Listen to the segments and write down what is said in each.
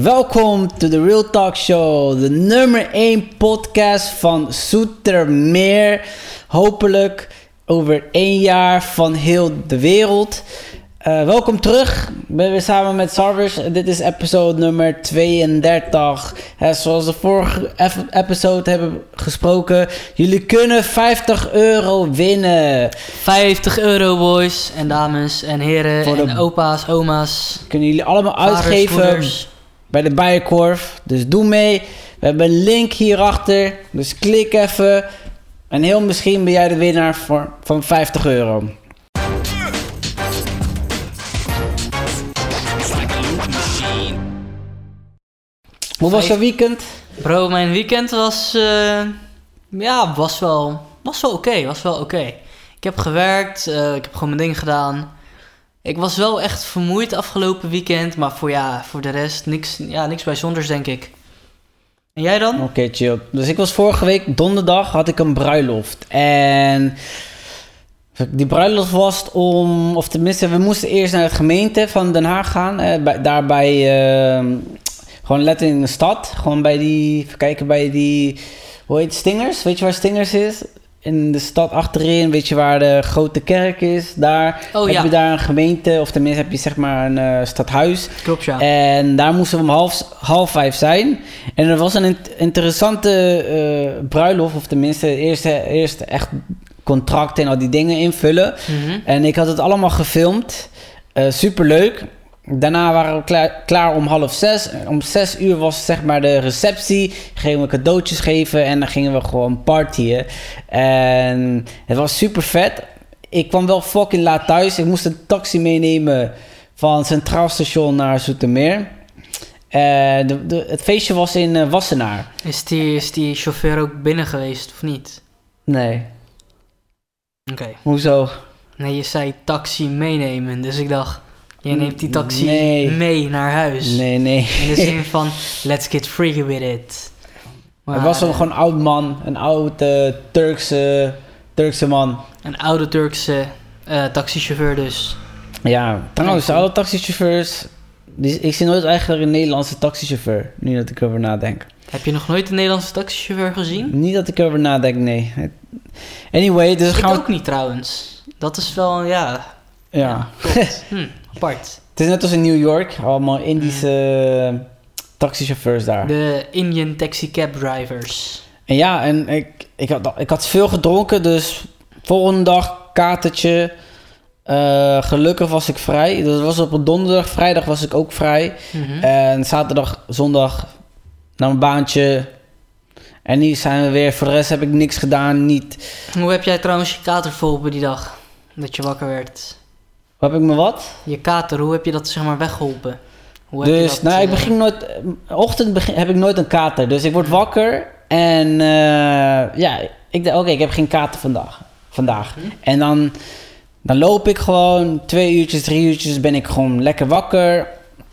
Welkom to the Real Talk Show, de nummer 1 podcast van Zoetermeer. Hopelijk over 1 jaar van heel de wereld. Welkom terug. Ik ben weer samen met Sarvers. Dit is episode nummer 32. Zoals de vorige episode hebben gesproken. Jullie kunnen €50 winnen. €50 boys en dames en heren en opa's, oma's. Kunnen jullie allemaal vaders, uitgeven moeders. Bij de Bijenkorf. Dus doe mee. We hebben een link hierachter. Dus klik even. En heel misschien ben jij de winnaar van €50. Hoe was jouw weekend? Bro, mijn weekend was... was wel oké. Ik heb gewerkt, ik heb gewoon mijn ding gedaan. Ik was wel echt vermoeid afgelopen weekend, maar voor de rest niks bijzonders, denk ik. En jij dan? Oké, chill. Dus ik was vorige week donderdag had ik een bruiloft. En die bruiloft was we moesten eerst naar de gemeente van Den Haag gaan. Gewoon letterlijk in de stad. Gewoon bij die, hoe heet het, Stingers? Weet je waar Stingers is? In de stad achterin, weet je waar de grote kerk is? Daar heb je daar een gemeente, of tenminste heb je zeg maar een stadhuis. Klopt, ja. En daar moesten we om half 5 zijn. En er was een interessante bruiloft, of tenminste eerst echt contracten en al die dingen invullen. Mm-hmm. En ik had het allemaal gefilmd. Superleuk. Daarna waren we klaar om 5:30. Om 6:00 was zeg maar de receptie. Gingen we cadeautjes geven en dan gingen we gewoon partyen. En het was super vet. Ik kwam wel fucking laat thuis. Ik moest een taxi meenemen van Centraal Station naar Zoetermeer. Het feestje was in Wassenaar. Is die chauffeur ook binnen geweest of niet? Nee. Oké. Hoezo? Nee, je zei taxi meenemen, dus ik dacht... Je neemt die taxi mee naar huis. Nee. In de zin van, let's get freaky with it. Maar, het was gewoon een oud man. Een oude Turkse man. Een oude Turkse taxichauffeur dus. Ja, trouwens, alle taxichauffeurs... Ik zie nooit eigenlijk een Nederlandse taxichauffeur. Nu dat ik erover nadenk. Heb je nog nooit een Nederlandse taxichauffeur gezien? Niet dat ik erover nadenk, nee. Anyway, dus ik ook niet trouwens. Dat is wel, ja... klopt. Apart. Het is net als in New York, allemaal Indische taxichauffeurs daar. De Indian taxi cab drivers. En ja, en ik had veel gedronken, dus volgende dag katertje. Gelukkig was ik vrij. Dus dat was op een donderdag, vrijdag was ik ook vrij. Mm-hmm. En zaterdag, zondag naar mijn baantje. En nu zijn we weer, voor de rest heb ik niks gedaan, niet. Hoe heb jij trouwens je kater volgehouden die dag dat je wakker werd? Heb ik me wat? Je kater, hoe heb je dat zeg maar weggeholpen? Ik begin nooit... heb ik nooit een kater. Dus ik word wakker en ik dacht, oké, ik heb geen kater vandaag. En dan loop ik gewoon 2 uurtjes, 3 uurtjes, ben ik gewoon lekker wakker.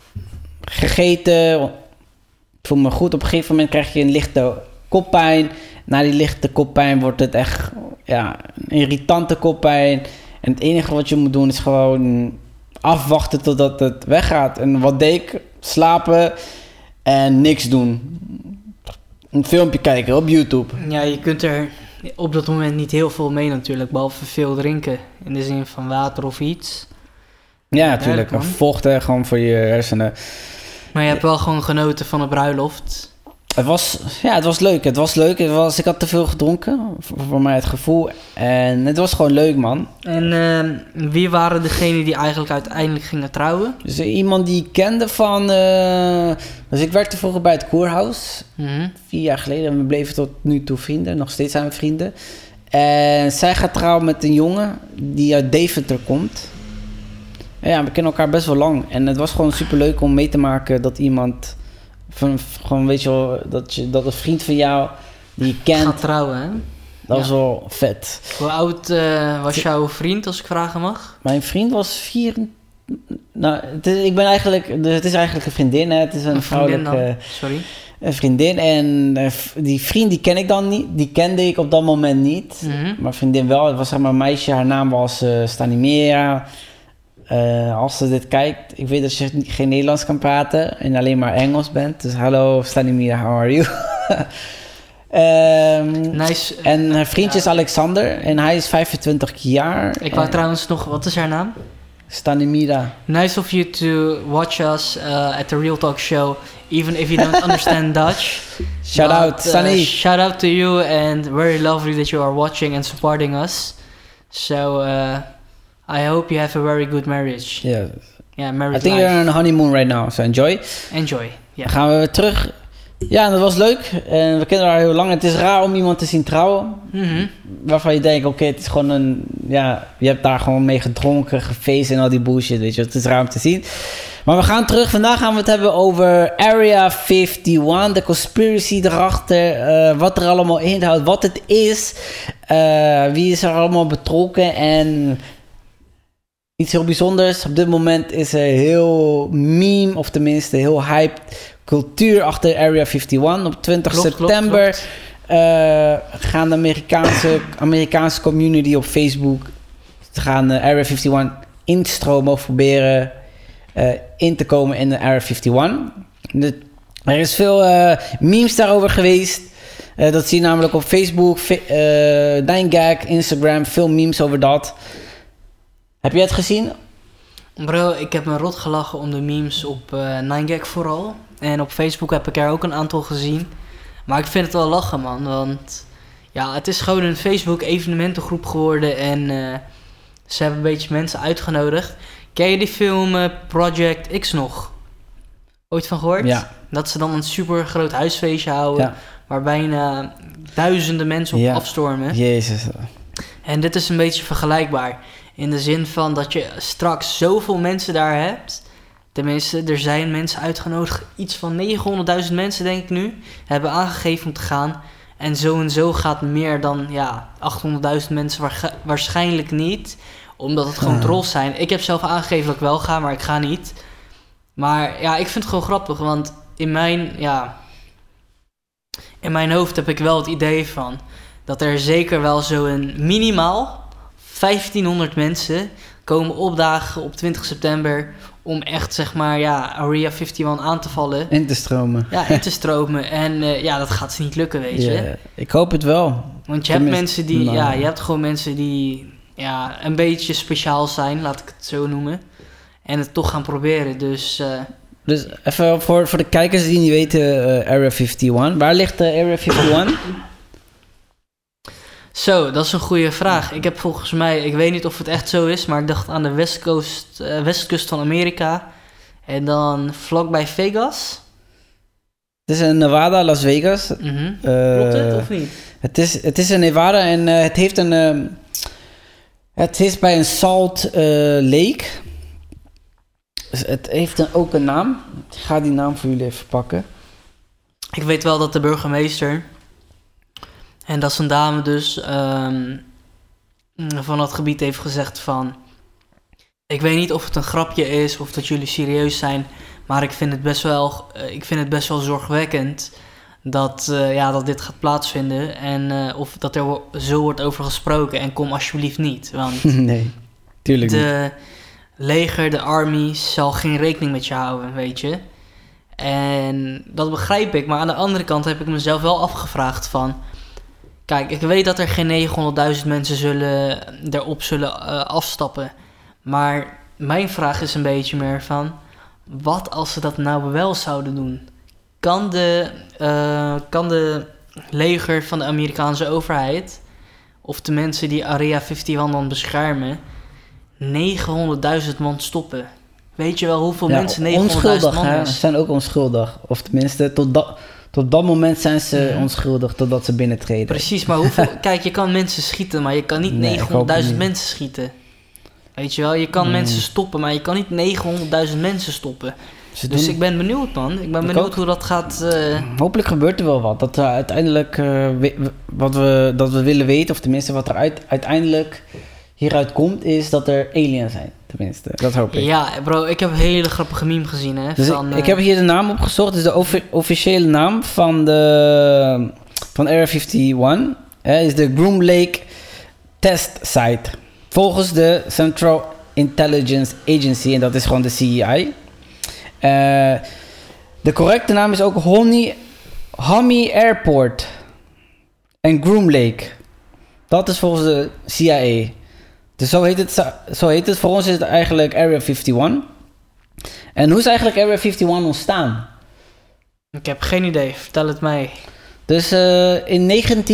Gegeten. Ik voel me goed. Op een gegeven moment krijg je een lichte koppijn. Na die lichte koppijn wordt het echt een irritante koppijn. En het enige wat je moet doen is gewoon afwachten totdat het weggaat. En wat deed ik? Slapen en niks doen. Een filmpje kijken op YouTube. Ja, je kunt er op dat moment niet heel veel mee natuurlijk. Behalve veel drinken. In de zin van water of iets. Ja, natuurlijk. Vochten gewoon voor je hersenen. Maar je hebt wel gewoon genoten van een bruiloft. Het was leuk. Ik had te veel gedronken, voor mij het gevoel. En het was gewoon leuk, man. En wie waren degenen die eigenlijk uiteindelijk gingen trouwen? Dus iemand die ik kende van... Dus ik werkte vroeger bij het Koerhuis. Mm-hmm. 4 jaar geleden. En we bleven tot nu toe vrienden. Nog steeds zijn we vrienden. En zij gaat trouwen met een jongen die uit Deventer komt. En ja, we kennen elkaar best wel lang. En het was gewoon superleuk om mee te maken dat iemand... Gewoon weet je wel, dat een vriend van jou die je kent... Gaat trouwen, hè? Dat was wel vet. Hoe oud was jouw vriend, als ik vragen mag? Mijn vriend was 4... Nou, het is eigenlijk een vriendin, hè. Het is een vrouwelijke... Sorry. Een vriendin. En die vriend, die ken ik dan niet. Die kende ik op dat moment niet. Mm-hmm. Maar vriendin wel. Het was zeg maar een meisje. Haar naam was Stanimera. als ze dit kijkt, ik weet dat je geen Nederlands kan praten en alleen maar Engels bent. Dus hallo Stanimira, how are you? Nice. En haar vriendje is Alexander en hij is 25 jaar. Ik wou trouwens nog, wat is haar naam? Stanimira. Nice of you to watch us at the Real Talk Show, even if you don't understand Dutch. Shout out, Stani. Shout out to you, and very lovely that you are watching and supporting us. So I hope you have a very good marriage. Yeah, married I think life. you're on a honeymoon right now, so enjoy. Enjoy. Dan gaan we weer terug. Ja, dat was leuk. En we kennen haar heel lang. Het is raar om iemand te zien trouwen. Mhm. Waarvan je denkt, oké, het is gewoon een... Ja, je hebt daar gewoon mee gedronken, gefeest en al die bullshit, weet je. Het is raar om te zien. Maar we gaan terug. Vandaag gaan we het hebben over Area 51. De conspiracy erachter. Wat er allemaal inhoudt. Wat het is. Wie is er allemaal betrokken. En iets heel bijzonders. Op dit moment is er heel meme, of tenminste heel hyped cultuur achter Area 51. Op 20 september gaan de Amerikaanse community op Facebook gaan Area 51 instromen of proberen in te komen in de Area 51. Er is veel memes daarover geweest. Dat zie je namelijk op Facebook, 9gag, Instagram, veel memes over dat. Heb jij het gezien? Bro, ik heb me rot gelachen om de memes op 9gag vooral. En op Facebook heb ik er ook een aantal gezien. Maar ik vind het wel lachen, man. Want ja, het is gewoon een Facebook evenementengroep geworden. En ze hebben een beetje mensen uitgenodigd. Ken je die film Project X nog? Ooit van gehoord? Ja. Dat ze dan een super groot huisfeestje houden. Ja. Waar bijna duizenden mensen op afstormen. Jezus. En dit is een beetje vergelijkbaar. In de zin van dat je straks zoveel mensen daar hebt. Tenminste, er zijn mensen uitgenodigd. Iets van 900.000 mensen, denk ik nu, hebben aangegeven om te gaan. En zo gaat meer dan 800.000 mensen waarschijnlijk niet. Omdat het gewoon trolls zijn. Ik heb zelf aangegeven dat ik wel ga, maar ik ga niet. Maar ja, ik vind het gewoon grappig. Want in mijn hoofd heb ik wel het idee van dat er zeker wel zo'n minimaal 1500 mensen komen opdagen op 20 september... om echt, zeg maar, Area 51 aan te vallen. In te stromen. Ja, in te stromen. En dat gaat niet lukken, weet je. Ik hoop het wel. Want je hebt mensen die... je hebt gewoon mensen die een beetje speciaal zijn, laat ik het zo noemen. En het toch gaan proberen, dus... Dus even voor de kijkers die niet weten, Area 51. Waar ligt Area 51? Zo, dat is een goede vraag. Ik heb volgens mij, ik weet niet of het echt zo is, maar ik dacht aan de westkust van Amerika. En dan vlakbij Vegas. Het is in Nevada, Las Vegas. Mm-hmm. Klopt het of niet? Het is in Nevada en het heeft het is bij een salt lake. Dus het heeft ook een naam. Ik ga die naam voor jullie even pakken. Ik weet wel dat de burgemeester... En dat is een dame dus van het gebied heeft gezegd van... Ik weet niet of het een grapje is of dat jullie serieus zijn... maar ik vind het best wel zorgwekkend dat dit gaat plaatsvinden... en of dat er zo wordt over gesproken en kom alsjeblieft niet. Want nee, tuurlijk niet. De leger, de army zal geen rekening met je houden, weet je. En dat begrijp ik, maar aan de andere kant heb ik mezelf wel afgevraagd van... Kijk, ik weet dat er geen 900.000 mensen erop zullen afstappen. Maar mijn vraag is een beetje meer van... Wat als ze dat nou wel zouden doen? Kan de leger van de Amerikaanse overheid... of de mensen die Area 51 dan beschermen... 900.000 man stoppen? Weet je wel hoeveel mensen 900.000 man is? Ze zijn ook onschuldig. Of tenminste, tot dat moment zijn ze onschuldig totdat ze binnentreden. Precies, maar kijk, je kan mensen schieten, maar je kan niet 900.000 mensen schieten. Weet je wel, je kan mensen stoppen, maar je kan niet 900.000 mensen stoppen. Dus ik ben benieuwd, man. Ik ben benieuwd hoe dat gaat... Hopelijk gebeurt er wel wat. Dat uiteindelijk dat we willen weten, of tenminste wat er uiteindelijk hieruit komt, is dat er aliens zijn. Tenminste, dat hoop ik. Ja, bro, ik heb een hele grappige meme gezien, hè. Dus ik heb hier de naam opgezocht. Dus de officiële naam van Area 51 is de Groom Lake Test Site. Volgens de Central Intelligence Agency. En dat is gewoon de CEI. De correcte naam is ook Hommy Airport en Groom Lake. Dat is volgens de CIA. Dus zo heet het. Voor ons is het eigenlijk Area 51. En hoe is eigenlijk Area 51 ontstaan? Ik heb geen idee, vertel het mij. Dus in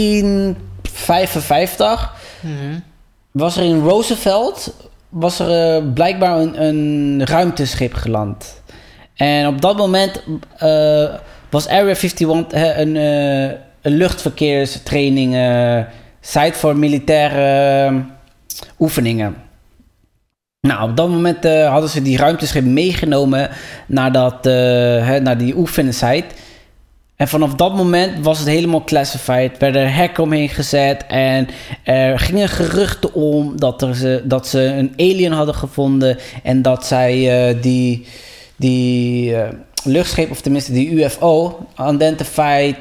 1955 was er in Roosevelt blijkbaar een ruimteschip geland. En op dat moment was Area 51 een luchtverkeerstraining site voor militaire oefeningen. Nou, op dat moment hadden ze die ruimteschip meegenomen naar die oefensite. En vanaf dat moment was het helemaal classified. Werden er hekken omheen gezet. En er gingen geruchten om dat ze een alien hadden gevonden. En dat zij die luchtschip, of tenminste die UFO, unidentified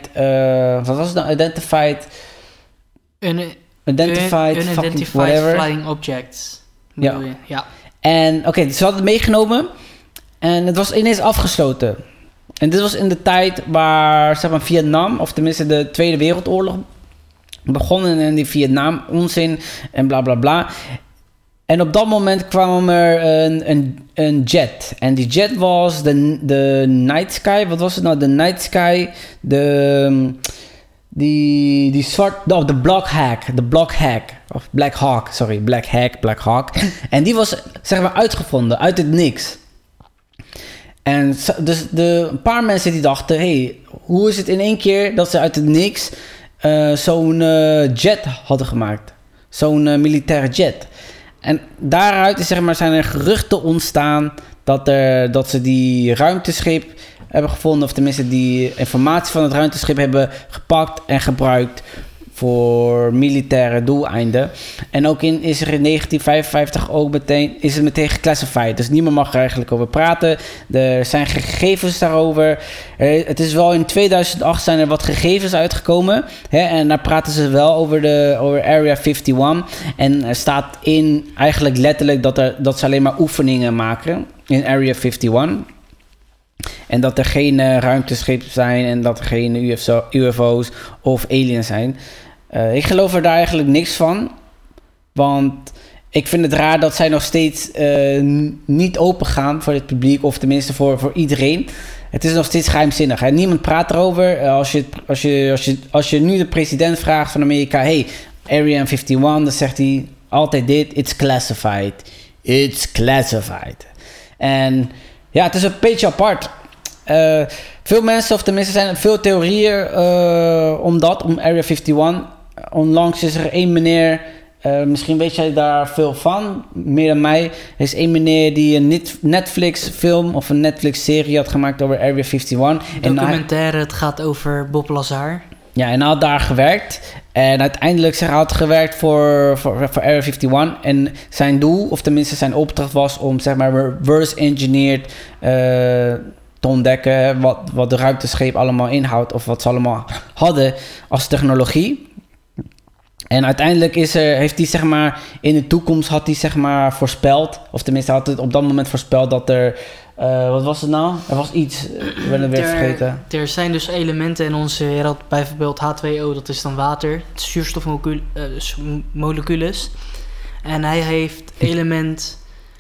flying object. Ja. En oké, ze hadden het meegenomen. En het was ineens afgesloten. En dit was in de tijd waar, zeg maar, Vietnam, of tenminste de Tweede Wereldoorlog begonnen en die Vietnam onzin en bla bla bla. En op dat moment kwam er een jet. En die jet was de Night Sky. Wat was het nou? De Night Sky. De Black Hawk. En die was, zeg maar, uitgevonden uit het niks. En dus een paar mensen die dachten, hey, hoe is het in één keer dat ze uit het niks zo'n jet hadden gemaakt? Zo'n militaire jet. En daaruit zijn er geruchten ontstaan dat ze die ruimteschip hebben gevonden, of tenminste die informatie van het ruimteschip hebben gepakt en gebruikt voor militaire doeleinden. En ook is er in 1955 ook meteen geclassified. Dus niemand mag er eigenlijk over praten. Er zijn gegevens daarover. Het is wel in 2008 zijn er wat gegevens uitgekomen. En daar praten ze wel over Area 51. En er staat in eigenlijk letterlijk dat ze alleen maar oefeningen maken in Area 51. En dat er geen ruimteschepen zijn en dat er geen UFO's of aliens zijn. Ik geloof er daar eigenlijk niks van. Want ik vind het raar dat zij nog steeds niet open gaan voor het publiek. Of tenminste voor iedereen. Het is nog steeds geheimzinnig. Hè? Niemand praat erover. Als je nu de president vraagt van Amerika, hey, Area 51, dan zegt hij altijd dit. It's classified. It's classified. En ja, het is een beetje apart. Veel mensen, of tenminste zijn er veel theorieën om Area 51. Onlangs is er één meneer, misschien weet jij daar veel van, meer dan mij. Er is één meneer die een Netflix-film of een Netflix-serie had gemaakt over Area 51. Documentaire, het gaat over Bob Lazar. Ja, en hij had daar gewerkt. En uiteindelijk hij had gewerkt voor Area 51. En zijn doel, of tenminste zijn opdracht was om, zeg maar, reverse engineered te ontdekken wat de ruimteschip allemaal inhoudt, of wat ze allemaal hadden als technologie. En uiteindelijk heeft hij, zeg maar, in de toekomst zeg maar, voorspeld, of tenminste had het op dat moment voorspeld dat er, wat was het nou? Er was iets, ik ben het weer vergeten. Er zijn dus elementen in onze wereld, bijvoorbeeld H2O, dat is dan water, zuurstofmoleculen. En hij heeft element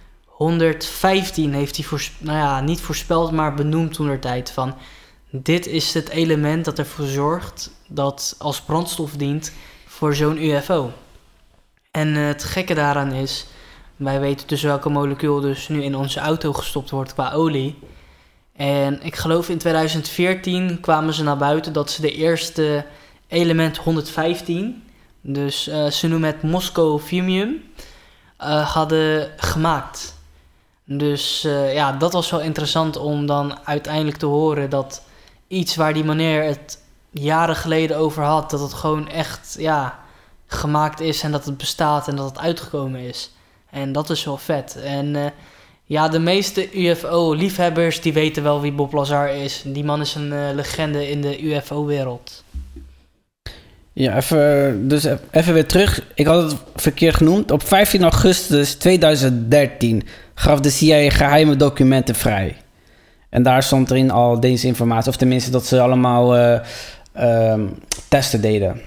115 heeft hij niet voorspeld, maar benoemd toentertijd van, dit is het element dat ervoor zorgt dat als brandstof dient voor zo'n UFO. En het gekke daaraan is, wij weten dus welke molecuul dus nu in onze auto gestopt wordt qua olie. En ik geloof in 2014 kwamen ze naar buiten dat ze de eerste element 115, dus ze noemen het Moscovium, hadden gemaakt. Dus dat was wel interessant om dan uiteindelijk te horen dat iets waar die meneer het jaren geleden over had, dat het gewoon echt gemaakt is en dat het bestaat en dat het uitgekomen is. En dat is wel vet. En de meeste UFO-liefhebbers die weten wel wie Bob Lazar is. Die man is een legende in de UFO-wereld. Ja, even weer terug. Ik had het verkeerd genoemd. Op 15 augustus 2013 gaf de CIA geheime documenten vrij. En daar stond erin al deze informatie. Of tenminste dat ze allemaal testen deden.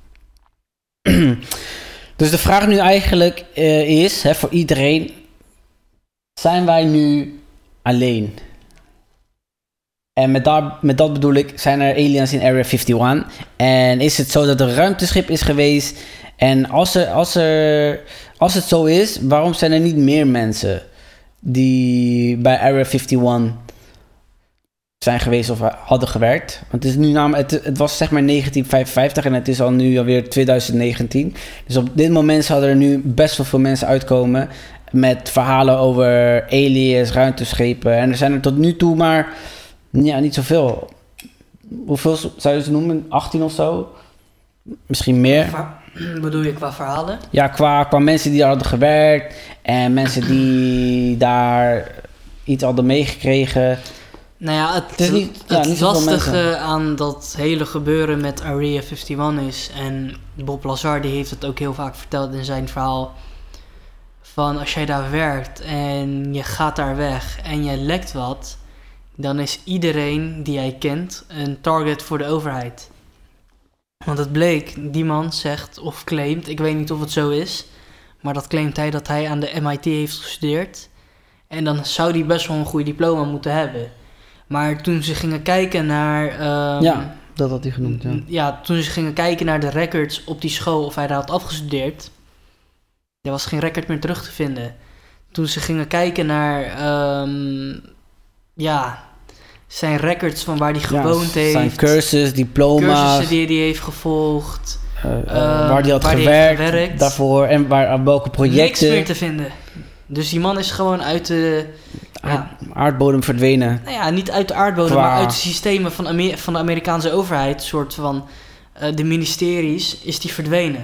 Dus de vraag nu eigenlijk is, voor iedereen... Zijn wij nu alleen? En met dat bedoel ik, zijn er aliens in Area 51? En is het zo dat er een ruimteschip is geweest? En als het zo is, waarom zijn er niet meer mensen die bij Area 51 zijn geweest of hadden gewerkt? Want het is nu het was zeg maar 1955 en het is al nu alweer 2019. Dus op dit moment zouden er nu best wel veel mensen uitkomen met verhalen over aliens, ruimteschepen. En er zijn er tot nu toe maar niet zoveel. Hoeveel zou je ze noemen? 18 of zo? Misschien meer. Bedoel je qua verhalen? Ja, qua mensen die daar hadden gewerkt en mensen die daar iets hadden meegekregen. Nou ja, het lastige aan dat hele gebeuren met Area 51 is, en Bob Lazar die heeft het ook heel vaak verteld in zijn verhaal, van als jij daar werkt en je gaat daar weg en je lekt wat, dan is iedereen die jij kent een target voor de overheid. Want het bleek, die man zegt of claimt, ik weet niet of het zo is, maar dat claimt hij dat hij aan de MIT heeft gestudeerd. En dan zou hij best wel een goede diploma moeten hebben. Maar toen ze gingen kijken naar... ja, dat had hij genoemd, ja. Ja, toen ze gingen kijken naar de records op die school of hij daar had afgestudeerd, er was geen record meer terug te vinden. Toen ze gingen kijken naar... zijn records van waar hij gewoond heeft. Zijn cursus, diploma's. Cursussen die hij heeft gevolgd. Waar hij had gewerkt daarvoor. En welke projecten. Niks meer te vinden. Dus die man is gewoon uit de... aardbodem verdwenen. Nou ja, niet uit de aardbodem, maar uit de systemen van de Amerikaanse overheid. Soort van de ministeries is die verdwenen.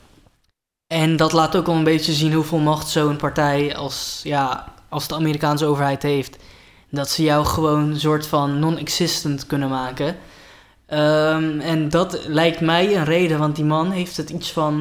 En dat laat ook wel een beetje zien hoeveel macht zo'n partij als de Amerikaanse overheid heeft. Dat ze jou gewoon een soort van non-existent kunnen maken. En dat lijkt mij een reden, want die man heeft het iets van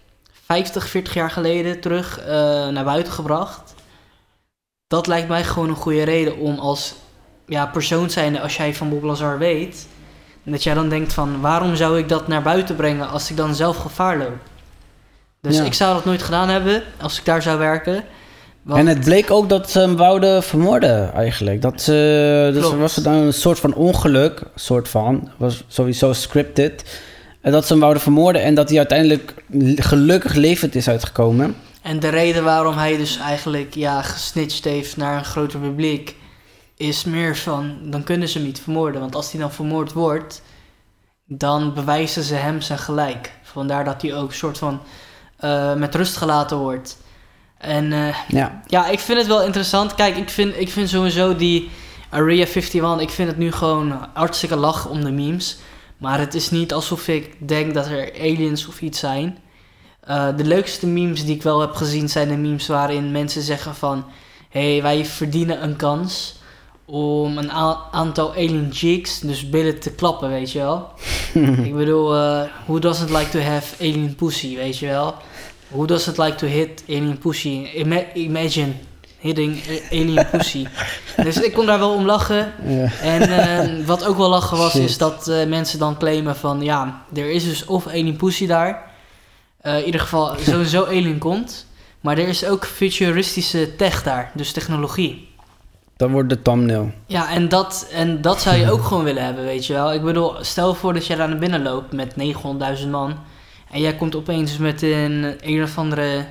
40 jaar geleden terug naar buiten gebracht. Dat lijkt mij gewoon een goede reden om als persoon zijnde, als jij van Bob Lazar weet, dat jij dan denkt van, waarom zou ik dat naar buiten brengen als ik dan zelf gevaar loop? Dus ik zou dat nooit gedaan hebben als ik daar zou werken. En het bleek ook dat ze hem wouden vermoorden eigenlijk. Dus er was dan een soort van ongeluk, was sowieso scripted. Dat ze hem wouden vermoorden en dat hij uiteindelijk gelukkig levend is uitgekomen. En de reden waarom hij dus eigenlijk gesnitcht heeft naar een groter publiek is meer van, dan kunnen ze hem niet vermoorden. Want als hij dan vermoord wordt, dan bewijzen ze hem zijn gelijk. Vandaar dat hij ook een soort van met rust gelaten wordt. En ik vind het wel interessant. Kijk, ik vind sowieso die Area 51, ik vind het nu gewoon hartstikke lachen om de memes. Maar het is niet alsof ik denk dat er aliens of iets zijn. De leukste memes die ik wel heb gezien zijn de memes waarin mensen zeggen van, hey, wij verdienen een kans om een aantal alien cheeks, dus billen te klappen, weet je wel. Ik bedoel, who doesn't like to have alien pussy, weet je wel. Who does it like to hit alien pussy? Imagine hitting alien pussy. Dus ik kon daar wel om lachen. Yeah. En wat ook wel lachen was, is dat mensen dan claimen van, er is dus of alien pussy daar. In ieder geval sowieso alien komt. Maar er is ook futuristische tech daar, dus technologie. Dat wordt de thumbnail. Ja, en dat zou je ook gewoon willen hebben, weet je wel. Ik bedoel, stel voor dat jij daar naar binnen loopt met 900.000 man. En jij komt opeens met een of andere,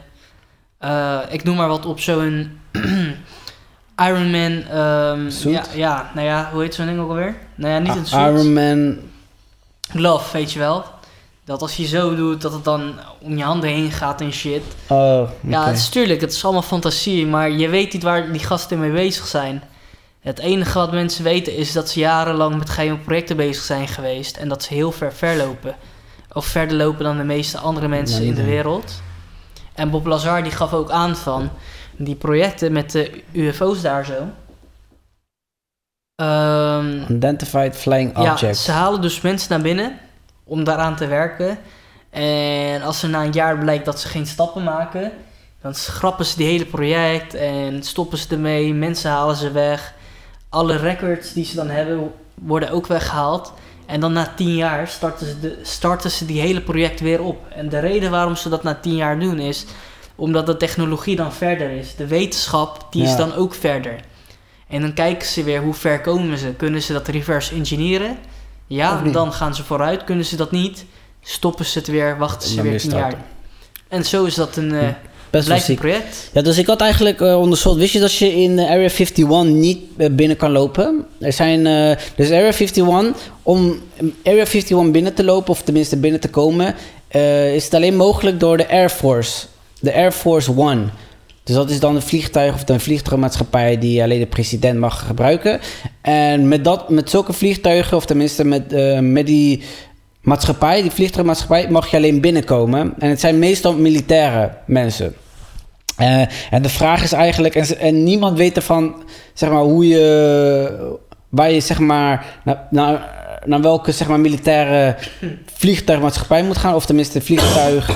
ik noem maar wat op, zo'n Iron Man, hoe heet zo'n ding ook alweer? Nou ja, niet een suit. Iron Man glove, weet je wel. Dat als je zo doet, dat het dan om je handen heen gaat en shit. Oh, okay. Ja, het is tuurlijk, het is allemaal fantasie, maar je weet niet waar die gasten mee bezig zijn. Het enige wat mensen weten is dat ze jarenlang met geheime projecten bezig zijn geweest en dat ze heel ver lopen. Of verder lopen dan de meeste andere mensen in de wereld. En Bob Lazar die gaf ook aan van die projecten met de UFO's daar zo. Unidentified Flying Objects. Ja, ze halen dus mensen naar binnen om daaraan te werken. En als er na een jaar blijkt dat ze geen stappen maken, dan schrappen ze die hele project en stoppen ze ermee. Mensen halen ze weg. Alle records die ze dan hebben worden ook weggehaald. En dan na 10 jaar starten ze die hele project weer op. En de reden waarom ze dat na 10 jaar doen is omdat de technologie dan verder is. De wetenschap die is dan ook verder. En dan kijken ze weer hoe ver komen ze. Kunnen ze dat reverse engineeren? Ja, dan gaan ze vooruit. Kunnen ze dat niet? Stoppen ze het weer, wachten ze weer 10 jaar. En zo is dat een blijvend project. Ja, dus ik had eigenlijk onderzocht. Wist je dat je in Area 51 niet binnen kan lopen? Er zijn dus Area 51, om Area 51 binnen te lopen, of tenminste binnen te komen, is het alleen mogelijk door de Air Force. De Air Force One. Dus dat is dan een vliegtuig of een vliegtuigmaatschappij die alleen de president mag gebruiken. En met zulke vliegtuigen, of tenminste met die maatschappij, die vliegtuigmaatschappij, mag je alleen binnenkomen. En het zijn meestal militaire mensen. En de vraag is eigenlijk, en niemand weet ervan, zeg maar, waar je, zeg maar, naar welke, zeg maar, militaire vliegtuigmaatschappij moet gaan, of tenminste vliegtuig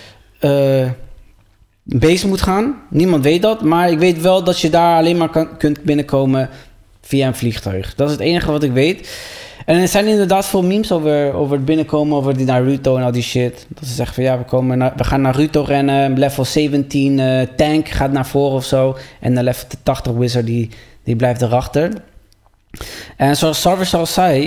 bezig moet gaan. Niemand weet dat, maar ik weet wel dat je daar alleen maar kunt binnenkomen via een vliegtuig. Dat is het enige wat ik weet. En er zijn inderdaad veel memes over het binnenkomen, over die Naruto en al die shit. Dat ze zeggen van ja, we gaan Naruto rennen, level 17 tank gaat naar voren of zo. En de level 80 wizard die blijft erachter. En zoals Sarvis al zei,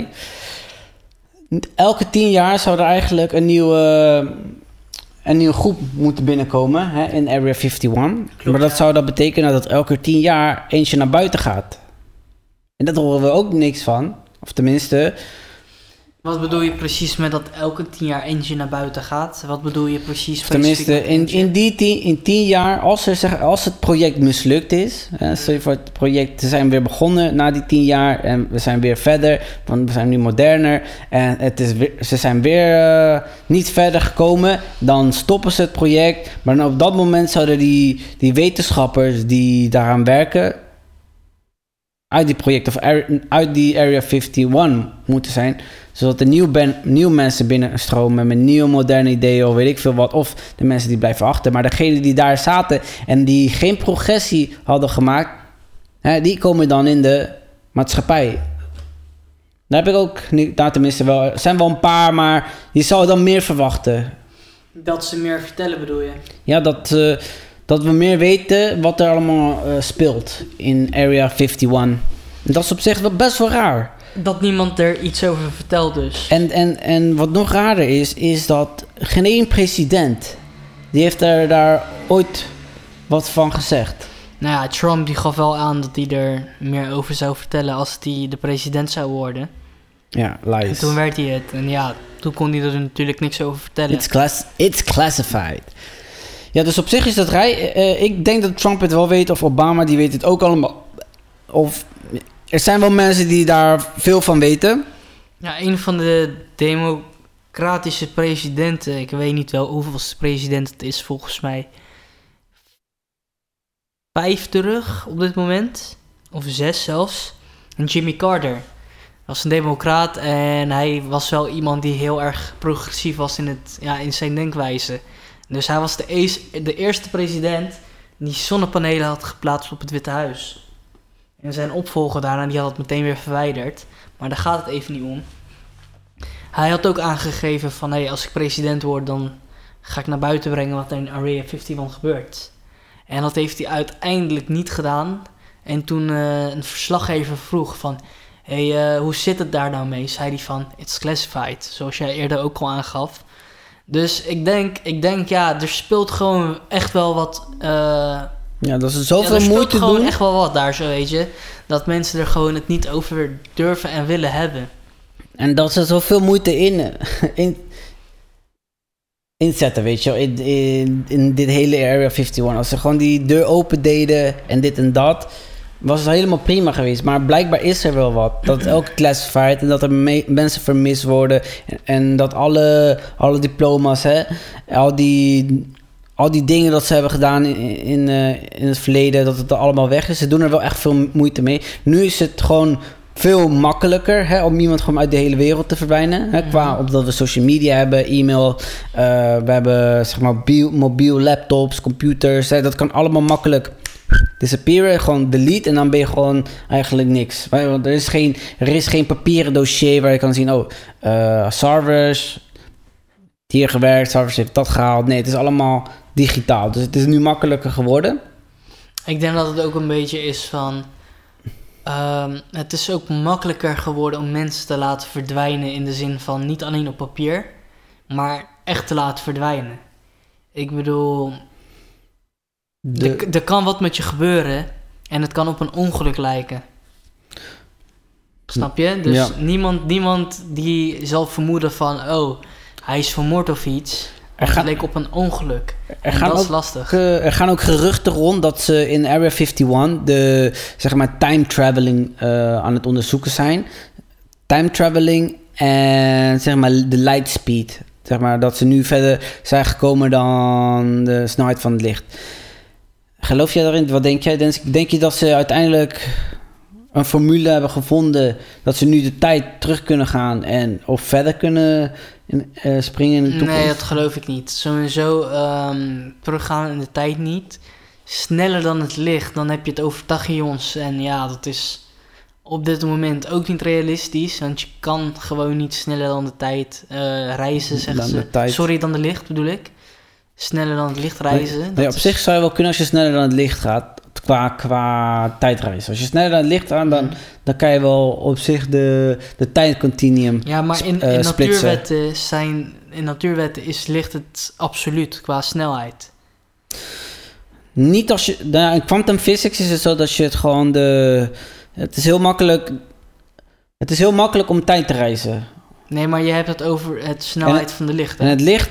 elke 10 jaar zou er eigenlijk een nieuwe groep moeten binnenkomen, hè, in Area 51. Klopt, maar dat zou betekenen dat elke 10 jaar eentje naar buiten gaat. En dat horen we ook niks van. Of tenminste... Wat bedoel je precies met dat elke 10 jaar eentje naar buiten gaat? Wat bedoel je precies? Tenminste, in 10 jaar, als het project mislukt is... stel je voor het project, ze zijn weer begonnen na die 10 jaar... en we zijn weer verder, want we zijn nu moderner... en ze zijn weer niet verder gekomen... dan stoppen ze het project. Maar dan op dat moment zouden die wetenschappers die daaraan werken... uit die project of uit die Area 51 moeten zijn... zodat er nieuwe mensen binnenstromen met nieuwe moderne ideeën of weet ik veel wat... of de mensen die blijven achter. Maar degenen die daar zaten en die geen progressie hadden gemaakt... die komen dan in de maatschappij. Daar heb ik ook, tenminste wel... er zijn wel een paar, maar je zou dan meer verwachten. Dat ze meer vertellen bedoel je? Ja, dat we meer weten wat er allemaal speelt in Area 51. En dat is op zich wel best wel raar. Dat niemand er iets over vertelt dus. En wat nog raarder is dat geen één president... die heeft daar ooit wat van gezegd. Nou ja, Trump die gaf wel aan dat hij er meer over zou vertellen... als hij de president zou worden. Ja, lies. En toen werd hij het. En ja, toen kon hij er natuurlijk niks over vertellen. It's classified. Ja, dus op zich is dat rij. Ik denk dat Trump het wel weet, of Obama, die weet het ook allemaal. Of er zijn wel mensen die daar veel van weten. Ja, een van de democratische presidenten, ik weet niet wel hoeveelste president het is, volgens mij 5 terug op dit moment. Of 6 zelfs. En Jimmy Carter was een democraat en hij was wel iemand die heel erg progressief was in zijn denkwijze. Dus hij was de eerste president die zonnepanelen had geplaatst op het Witte Huis. En zijn opvolger daarna, die had het meteen weer verwijderd. Maar daar gaat het even niet om. Hij had ook aangegeven van, als ik president word, dan ga ik naar buiten brengen wat er in Area 51 gebeurt. En dat heeft hij uiteindelijk niet gedaan. En toen een verslaggever vroeg van, hoe zit het daar nou mee? Zei hij van, it's classified, zoals jij eerder ook al aangaf. Dus ik denk, ja, er speelt gewoon echt wel wat... ja, dat is zoveel moeite doen. Er speelt gewoon echt wel wat daar, zo weet je. Dat mensen er gewoon het niet over durven en willen hebben. En dat ze zoveel moeite inzetten, weet je wel. In dit hele Area 51. Als ze gewoon die deur open deden en dit en dat... was het helemaal prima geweest. Maar blijkbaar is er wel wat. Dat elke classified en dat er mensen vermist worden. En dat alle diploma's, al die dingen dat ze hebben gedaan in het verleden, dat het er allemaal weg is. Ze doen er wel echt veel moeite mee. Nu is het gewoon veel makkelijker, hè, om iemand gewoon uit de hele wereld te verdwijnen. Hè, qua omdat we social media hebben, e-mail, we hebben zeg maar mobiel laptops, computers. Hè, dat kan allemaal makkelijk disappearen, gewoon delete en dan ben je gewoon eigenlijk niks. Want er is geen papieren dossier waar je kan zien, Sarvers hier gewerkt, Sarvers heeft dat gehaald. Nee, het is allemaal digitaal. Dus het is nu makkelijker geworden. Ik denk dat het ook een beetje is van... het is ook makkelijker geworden om mensen te laten verdwijnen... in de zin van niet alleen op papier, maar echt te laten verdwijnen. Ik bedoel... Er kan wat met je gebeuren en het kan op een ongeluk lijken. Snap je? Dus niemand die zal vermoeden van... hij is vermoord of iets. Het leek op een ongeluk. Dat is lastig. Er gaan ook geruchten rond dat ze in Area 51... de zeg maar time traveling aan het onderzoeken zijn. Time traveling en zeg maar de light speed. Zeg maar dat ze nu verder zijn gekomen dan de snelheid van het licht. Geloof jij daarin? Wat denk jij? Denk je dat ze uiteindelijk een formule hebben gevonden... dat ze nu de tijd terug kunnen gaan of verder kunnen springen in de toekomst? Nee, dat geloof ik niet. Sowieso teruggaan in de tijd niet. Sneller dan het licht, dan heb je het over tachyons. En ja, dat is op dit moment ook niet realistisch... want je kan gewoon niet sneller dan de tijd reizen, zeggen ze. Sorry, dan de licht bedoel ik. Sneller dan het licht reizen. Nee, op zich zou je wel kunnen als je sneller dan het licht gaat... qua tijdreizen. Als je sneller dan het licht gaat... dan kan je wel op zich de tijdcontinuum ja, maar in natuurwetten is licht het absoluut qua snelheid. Niet als je... in quantum physics is het zo dat je het gewoon het is heel makkelijk om tijd te reizen. Nee, maar je hebt het over het snelheid van de licht. Hè? En het licht...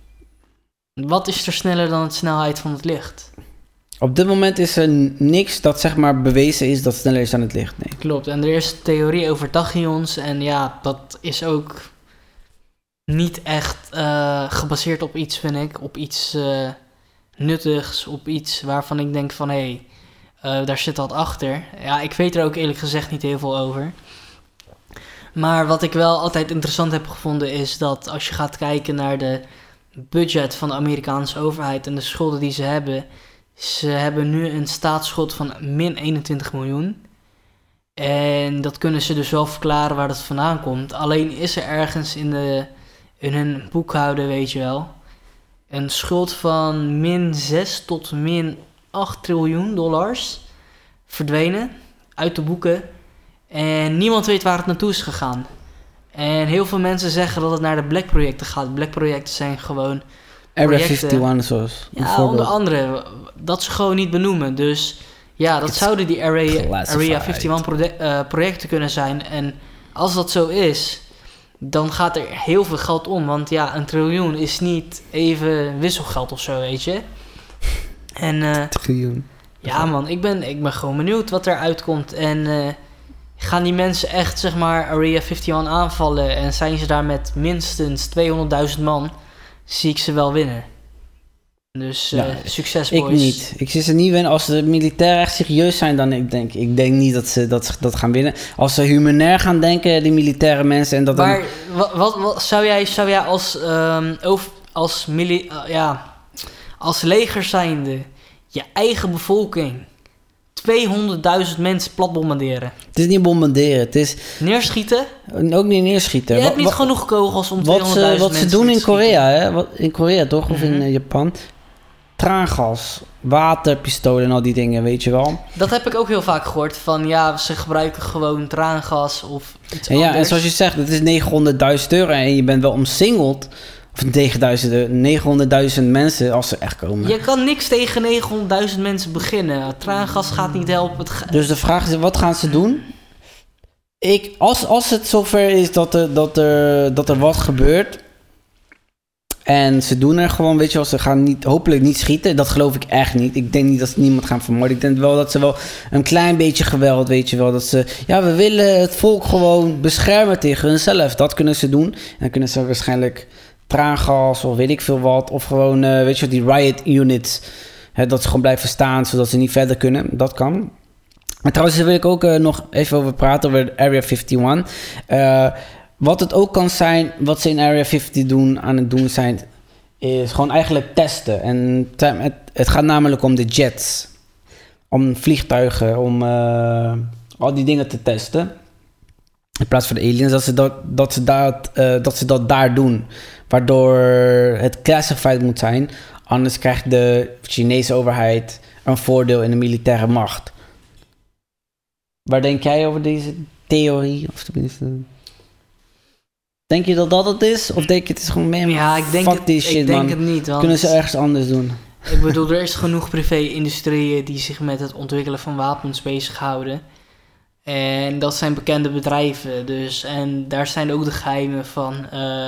Wat is er sneller dan de snelheid van het licht? Op dit moment is er niks dat zeg maar bewezen is dat sneller is dan het licht. Nee. Klopt, en er is theorie over tachyons en ja, dat is ook niet echt gebaseerd op iets, vind ik. Op iets nuttigs, op iets waarvan ik denk van hé, daar zit wat achter. Ja, ik weet er ook eerlijk gezegd niet heel veel over. Maar wat ik wel altijd interessant heb gevonden is dat als je gaat kijken naar de budget van de Amerikaanse overheid en de schulden die ze hebben... Ze hebben nu een staatsschuld van min 21 miljoen. En dat kunnen ze dus wel verklaren waar dat vandaan komt. Alleen is er ergens in hun boekhouden, weet je wel... een schuld van min 6 tot min 8 triljoen dollars verdwenen uit de boeken. En niemand weet waar het naartoe is gegaan. En heel veel mensen zeggen dat het naar de Black-projecten gaat. Black-projecten zijn gewoon... Area 51 zoals. Ja, onder andere. Dat ze gewoon niet benoemen. Dus ja, dat zouden die Area 51 projecten kunnen zijn. En als dat zo is, dan gaat er heel veel geld om. Want ja, 1 triljoen is niet even wisselgeld of zo, weet je. En triljoen. Ja man, ik ben gewoon benieuwd wat er uitkomt. En gaan die mensen echt, zeg maar, Area 51 aanvallen... en zijn ze daar met minstens 200.000 man... zie ik ze wel winnen. Dus succes, boys. Ik niet. Ik zie ze niet winnen. Als de militairen echt serieus zijn, dan ik denk niet dat ze dat gaan winnen. Als ze humanair gaan denken, die militaire mensen... en dat maar wat zou jij als leger zijnde... je eigen bevolking... 200.000 mensen plat bombarderen? Het is niet bombarderen, het is... Neerschieten? Ook niet neerschieten. Je hebt niet genoeg kogels om 200.000 mensen wat ze doen in Korea, hè? In Korea toch? Of in Japan? Traangas, waterpistolen en al die dingen, weet je wel. Dat heb ik ook heel vaak gehoord. Van ja, ze gebruiken gewoon traangas of iets anders. Ja, en zoals je zegt, het is €900.000 en je bent wel omsingeld... Of tegen 900.000 mensen als ze echt komen. Je kan niks tegen 900.000 mensen beginnen. Traangas gaat niet helpen. Dus de vraag is, wat gaan ze doen? Als het zover is dat er wat gebeurt... en ze doen er gewoon, weet je wel... ze gaan hopelijk niet schieten. Dat geloof ik echt niet. Ik denk niet dat ze niemand gaan vermoorden. Ik denk wel dat ze wel een klein beetje geweld, weet je wel... dat ze... Ja, we willen het volk gewoon beschermen tegen hunzelf. Dat kunnen ze doen. En dan kunnen ze waarschijnlijk... traangas of weet ik veel wat. Of gewoon, weet je, die riot units. Dat ze gewoon blijven staan, zodat ze niet verder kunnen. Dat kan. En trouwens, daar wil ik ook nog even over praten, over Area 51. Wat het ook kan zijn, wat ze in Area 50 aan het doen zijn, is gewoon eigenlijk testen. En het gaat namelijk om de jets. Om vliegtuigen, om al die dingen te testen. In plaats van de aliens, dat ze dat daar doen. Waardoor het classified moet zijn. Anders krijgt de Chinese overheid een voordeel in de militaire macht. Waar denk jij over deze theorie? Of tenminste, denk je dat het is? Of denk je het is gewoon... Man, ja, ik denk het niet. Want kunnen ze ergens anders doen? Ik bedoel, er is genoeg privé-industrieën die zich met het ontwikkelen van wapens bezighouden. En dat zijn bekende bedrijven. Dus, en daar zijn ook de geheimen van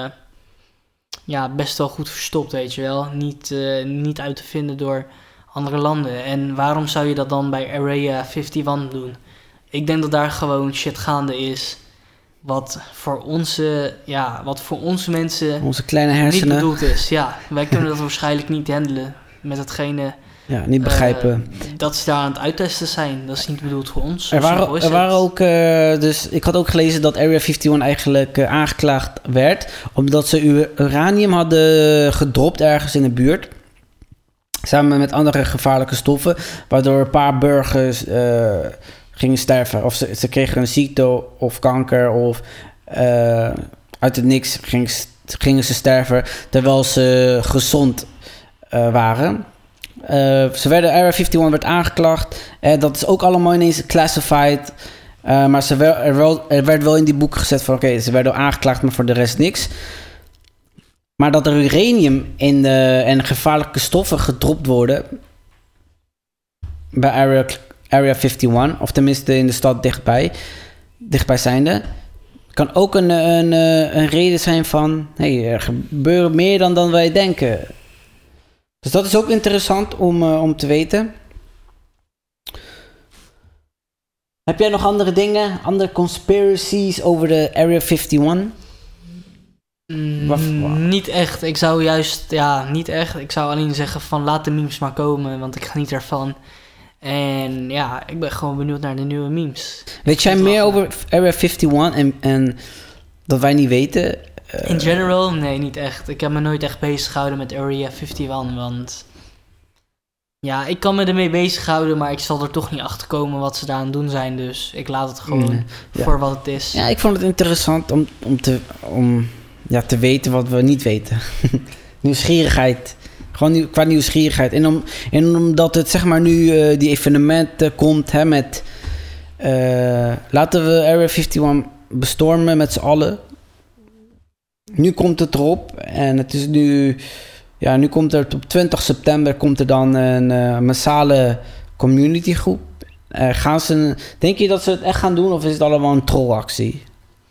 best wel goed verstopt, weet je wel. Niet uit te vinden door andere landen. En waarom zou je dat dan bij Area 51 doen? Ik denk dat daar gewoon shit gaande is. Wat voor onze mensen... Onze kleine hersenen. Niet bedoeld is. Ja, wij kunnen dat waarschijnlijk niet handelen met hetgene... Ja, niet begrijpen. Dat ze daar aan het uittesten zijn. Dat is niet bedoeld voor ons. Er waren ook... dus ik had ook gelezen dat Area 51 eigenlijk aangeklaagd werd. Omdat ze uranium hadden gedropt ergens in de buurt. Samen met andere gevaarlijke stoffen. Waardoor een paar burgers gingen sterven. Of ze kregen een ziekte of kanker. Of uit het niks gingen ze sterven. Terwijl ze gezond waren. Area 51 werd aangeklaagd. Dat is ook allemaal ineens classified. Maar er werd wel in die boeken gezet van... Oké, ze werden aangeklaagd, maar voor de rest niks. Maar dat er uranium en gevaarlijke stoffen gedropt worden... bij Area 51... of tenminste in de stad dichtbij zijnde... kan ook een reden zijn van... er gebeurt meer dan wij denken... Dus dat is ook interessant om te weten. Heb jij nog andere dingen? Andere conspiracies over de Area 51? Niet echt. Ik zou niet echt. Ik zou alleen zeggen van laat de memes maar komen, want ik ga niet ervan. En ja, ik ben gewoon benieuwd naar de nieuwe memes. Weet jij meer over Area 51 en dat wij niet weten? In general? Nee, niet echt. Ik heb me nooit echt bezig gehouden met Area 51, want... Ja, ik kan me ermee bezighouden, maar ik zal er toch niet achter komen wat ze daar aan het doen zijn. Dus ik laat het gewoon voor wat het is. Ja, ik vond het interessant om te weten wat we niet weten. Nieuwsgierigheid. Gewoon qua nieuwsgierigheid. En omdat het zeg maar nu die evenementen komt met... laten we Area 51 bestormen met z'n allen. Nu komt het erop en het is nu... Ja, nu komt er op 20 september komt er dan een massale communitygroep. Denk je dat ze het echt gaan doen of is het allemaal een trollactie?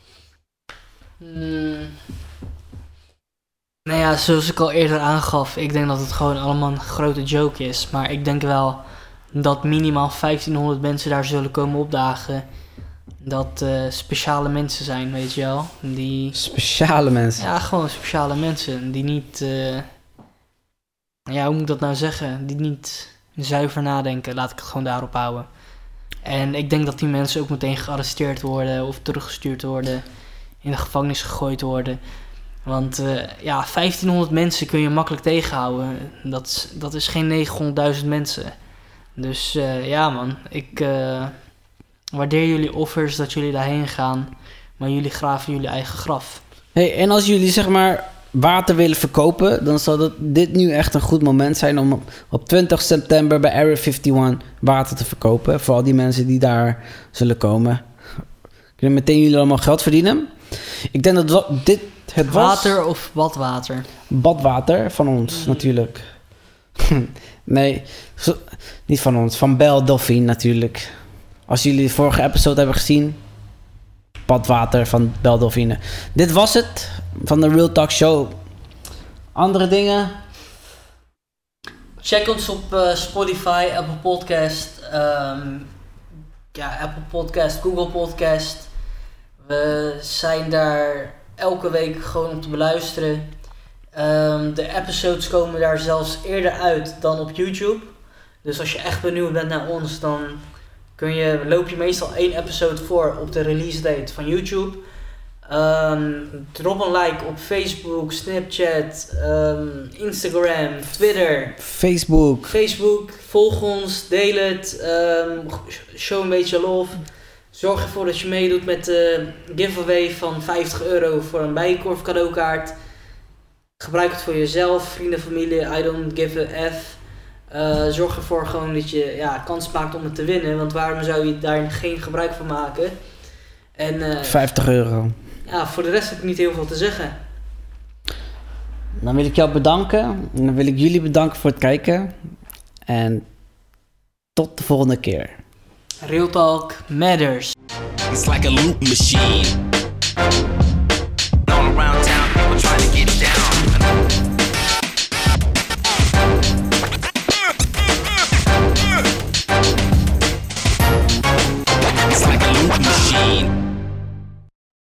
Nou ja, zoals ik al eerder aangaf, ik denk dat het gewoon allemaal een grote joke is. Maar ik denk wel dat minimaal 1500 mensen daar zullen komen opdagen. Dat speciale mensen zijn, weet je wel. Speciale mensen? Ja, gewoon speciale mensen die niet... hoe moet ik dat nou zeggen? Die niet zuiver nadenken, laat ik het gewoon daarop houden. En ik denk dat die mensen ook meteen gearresteerd worden of teruggestuurd worden, in de gevangenis gegooid worden. Want 1500 mensen kun je makkelijk tegenhouden. Dat is geen 900.000 mensen. Dus man, ik waardeer jullie offers dat jullie daarheen gaan, maar jullie graven jullie eigen graf. Hey, en als jullie zeg maar water willen verkopen, dan zal dit nu echt een goed moment zijn om op 20 september bij Area 51 water te verkopen. Voor al die mensen die daar zullen komen. Kunnen meteen jullie allemaal geld verdienen. Ik denk dat dit het was. Water of badwater? Badwater van ons natuurlijk. Nee, niet van ons. Van Belle Delphine natuurlijk. Als jullie de vorige episode hebben gezien. Badwater van Belle Delphine. Dit was het van de Real Talk Show. Andere dingen? Check ons op Spotify, Apple Podcast, Apple Podcast, Google Podcast. We zijn daar elke week gewoon om te beluisteren. De episodes komen daar zelfs eerder uit dan op YouTube. Dus als je echt benieuwd bent naar ons, dan loop je meestal 1 episode voor op de release date van YouTube. Drop een like op Facebook, Snapchat, Instagram, Twitter. Facebook. Volg ons, deel het, show een beetje love. Zorg ervoor dat je meedoet met de giveaway van €50 voor een Bijenkorf cadeaukaart. Gebruik het voor jezelf, vrienden, familie, I don't give a F. Zorg ervoor gewoon dat je kans maakt om het te winnen, want waarom zou je daar geen gebruik van maken? En, €50. Ja, voor de rest heb ik niet heel veel te zeggen. Dan wil ik jou bedanken. En dan wil ik jullie bedanken voor het kijken. En tot de volgende keer. Real Talk matters. It's like a loop machine. All around town, people trying to